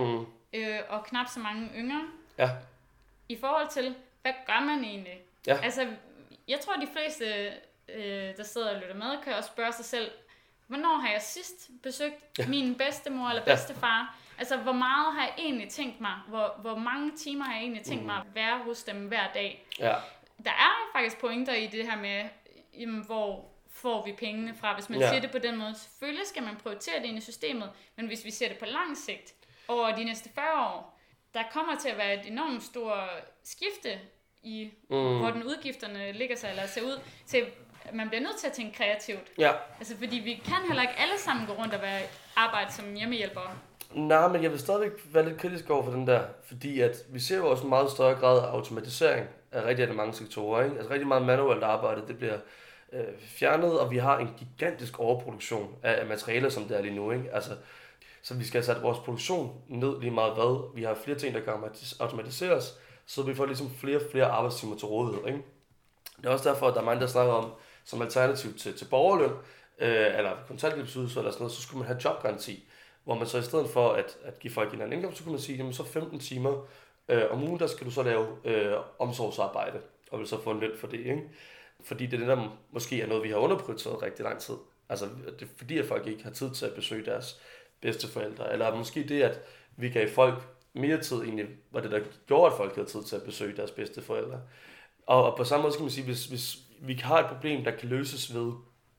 og knap så mange yngre. Ja. I forhold til, hvad gør man egentlig? Ja. Altså, jeg tror, de fleste, der sidder og lytter med, kan også spørge sig selv, hvornår har jeg sidst besøgt min bedstemor eller bedstefar? Altså, hvor meget har jeg egentlig tænkt mig? Hvor mange timer har jeg egentlig tænkt mig at være hos dem hver dag? Ja. Der er faktisk pointer i det her med, jamen, hvor får vi pengene fra? Hvis man siger det på den måde, selvfølgelig skal man prioritere det ind i systemet, men hvis vi ser det på lang sigt, over de næste 40 år, der kommer til at være et enormt stort skifte i, hvor den udgifterne ligger sig eller ser ud, til man bliver nødt til at tænke kreativt. Ja. Altså, fordi vi kan heller ikke alle sammen gå rundt og arbejde som hjemmehjælpere. Nej, men jeg vil stadigvæk være lidt kritisk over for den der, fordi at vi ser jo også en meget større grad af automatisering af rigtig mange sektorer, ikke? Altså rigtig meget manuelt arbejde, det bliver fjernet, og vi har en gigantisk overproduktion af materialer, som det er lige nu, ikke? Altså, så vi skal have sat vores produktion ned lige meget hvad. Vi har flere ting, der kan automatiseres, så vi får ligesom flere arbejdstimer til rådighed, ikke? Det er også derfor, at der er mange, der snakker om, som alternativ til borgerløn, eller kontanthjælpsydelse eller sådan noget, så skulle man have jobgaranti, hvor man så i stedet for at give folk en anden indkomst, så kunne man sige, jamen så 15 timer om ugen, der skal du så lave omsorgsarbejde, og vil så få en løn for det, ikke? Fordi det der måske er noget, vi har underprioriteret rigtig lang tid. Altså, det er fordi, at folk ikke har tid til at besøge deres bedsteforældre, eller måske det, at vi gav folk mere tid egentlig, var det, der gjorde, at folk havde tid til at besøge deres bedsteforældre. Og på samme måde skal man sige, hvis vi har et problem, der kan løses ved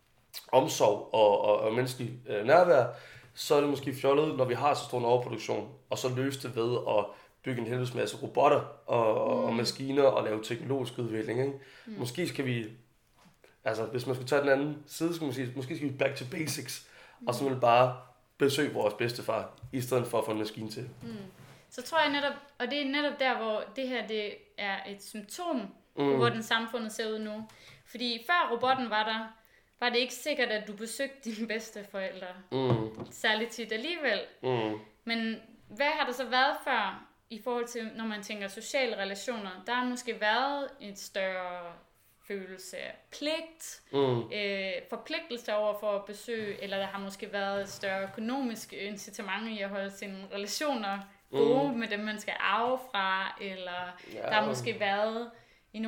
omsorg og menneskelig nærvær, så er det måske fjollet, når vi har så stor en overproduktion, og så løse det ved at bygge en helvedes masse robotter og maskiner og lave teknologisk udvikling. Ikke? Måske skal vi, altså hvis man skulle tage den anden side, skal man sige, måske skal vi back to basics, og så vil bare besøge vores bedstefar, i stedet for at få en maskine til. Så tror jeg netop, og det er netop der, hvor det her det er et symptom på, hvordan samfundet ser ud nu. Fordi før robotten var der, var det ikke sikkert, at du besøgte dine bedsteforældre. Særligt tit alligevel. Men hvad har der så været før, i forhold til, når man tænker sociale relationer? Der har måske været et større følelse af pligt, forpligtelse over for at besøge, eller der har måske været et større økonomisk incitament i at holde sine relationer gode med dem, man skal arve fra, eller der har måske været i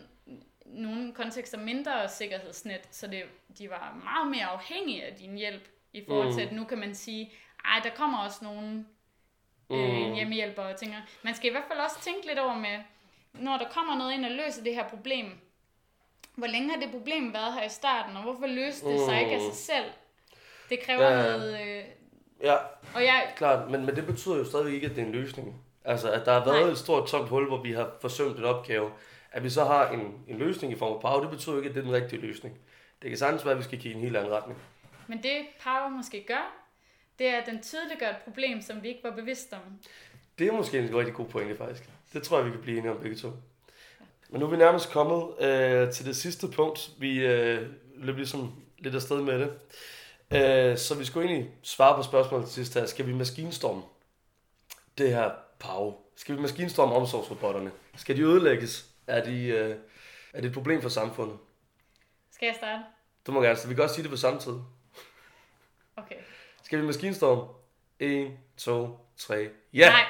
nogle kontekster mindre sikkerhedsnet, så de var meget mere afhængige af din hjælp, i forhold til, at nu kan man sige, der kommer også nogle hjemmehjælpere og tænker. Man skal i hvert fald også tænke lidt over med, når der kommer noget ind og løser det her problem, hvor længe har det problem været her i starten, og hvorfor løste det sig ikke af sig selv? Det kræver noget... og klart, men det betyder jo stadigvæk ikke, at det er en løsning. Altså, at der har været et stort tomt hul, hvor vi har forsømt en opgave. At vi så har en løsning i form af Power, det betyder ikke, at det er den rigtige løsning. Det kan sagtens være, at vi skal kigge i en helt anden retning. Men det Power måske gør, det er, at den tydeliggør et problem, som vi ikke var bevidste om. Det er måske en rigtig god pointe, faktisk. Det tror jeg, vi kan blive enige om begge to. Men nu er vi nærmest kommet til det sidste punkt. Vi løb ligesom lidt afsted med det. Så vi skulle egentlig svare på spørgsmålet til sidst her. Skal vi maskinstorme det her Power? Skal vi maskinstorme omsorgsrobotterne? Skal de ødelægges? Er det et problem for samfundet? Skal jeg starte? Du må gerne, så vi kan også sige det på samme tid. Okay. Skal vi maskinstorme? 1, 2, 3. Ja! Nej.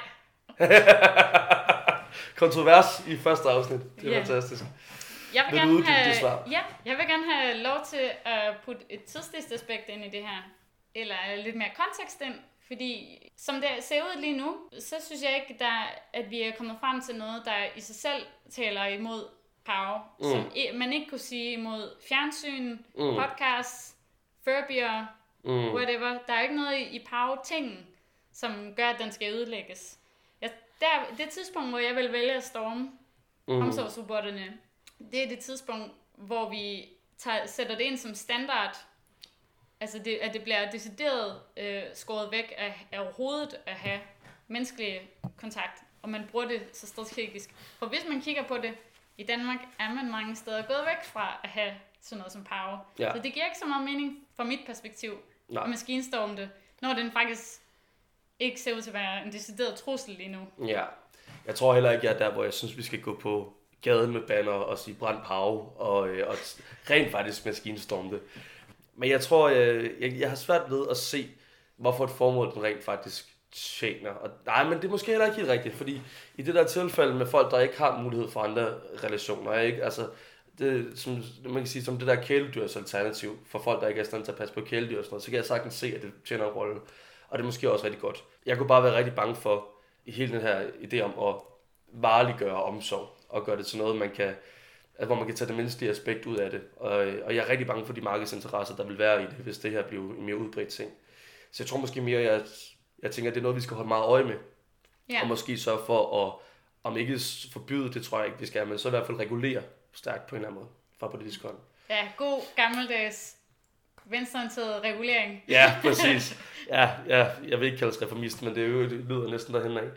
Kontrovers i første afsnit. Det er fantastisk. Jeg vil gerne have lov til at putte et tidsaspekt ind i det her. Eller lidt mere kontekst ind. Fordi som det ser ud lige nu, så synes jeg ikke, at vi er kommet frem til noget, der i sig selv taler imod Power. Som man ikke kunne sige imod fjernsyn, podcasts, Furbier, whatever. Der er ikke noget i Power-tingen, som gør, at den skal ødelægges. Det tidspunkt, hvor jeg vil vælge at storme omsorgsrobotterne, det er det tidspunkt, hvor vi sætter det ind som standard. Altså at det bliver decideret skåret væk af overhovedet at have menneskelig kontakt, og man bruger det så strategisk. For hvis man kigger på det, i Danmark er man mange steder gået væk fra at have sådan noget som Power. Ja. Så det giver ikke så meget mening fra mit perspektiv at maskinstorme det, når den faktisk ikke ser ud til at være en decideret trussel lige nu. Ja, jeg tror heller ikke, jeg er der, hvor jeg synes, vi skal gå på gaden med banner og sige brand Power og rent faktisk maskinstorme det. Men jeg tror, jeg har svært ved at se, hvorfor et formål den rent faktisk tjener. Og, nej, men det er måske heller ikke helt rigtigt, fordi i det der tilfælde med folk, der ikke har mulighed for andre relationer, ikke? Altså, det, som, man kan sige, som det der kæledyrs alternativ, for folk, der ikke er i stand til at passe på kæledyr og sådan noget, så kan jeg sagtens se, at det tjener en rolle. Og det er måske også rigtig godt. Jeg kunne bare være rigtig bange for, i hele den her idé om at vareliggøre omsorg, og gøre det til noget, man kan, hvor man kan tage det menneskelige aspekt ud af det. Og jeg er rigtig bange for de markedsinteresser, der vil være i det, hvis det her bliver en mere udbredt ting. Så jeg tror måske mere, jeg tænker, at det er noget, vi skal holde meget øje med. Ja. Og måske sørge for at, om ikke forbyde, det tror jeg ikke, vi skal, men så i hvert fald regulere stærkt på en eller anden måde, fra politisk hånd. Ja, god gammeldags venstreorienteret regulering. Ja, præcis. Ja, jeg vil ikke kalde det reformist, men det lyder næsten derhen af.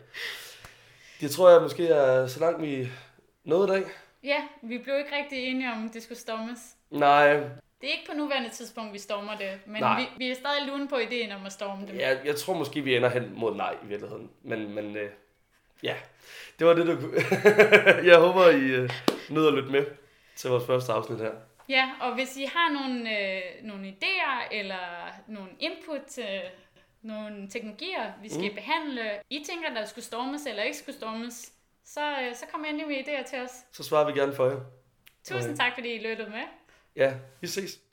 Det tror jeg måske er så langt vi nåede i dag. Ja, vi blev ikke rigtig enige om, det skulle stormes. Nej. Det er ikke på nuværende tidspunkt, vi stormer det, men vi er stadig lune på ideen om at storme det. Ja, jeg tror måske, vi ender hen mod nej i virkeligheden. Men ja, det var det, du kunne. Jeg håber, I nød at lytte med til vores første afsnit her. Ja, og hvis I har nogle idéer eller nogle input til nogle teknologier, vi skal behandle, I tænker, der skulle stormes eller ikke skulle stormes, så kom endelig med idéer til os. Så svarer vi gerne for jer. Tusind tak, fordi I lyttede med. Ja, vi ses.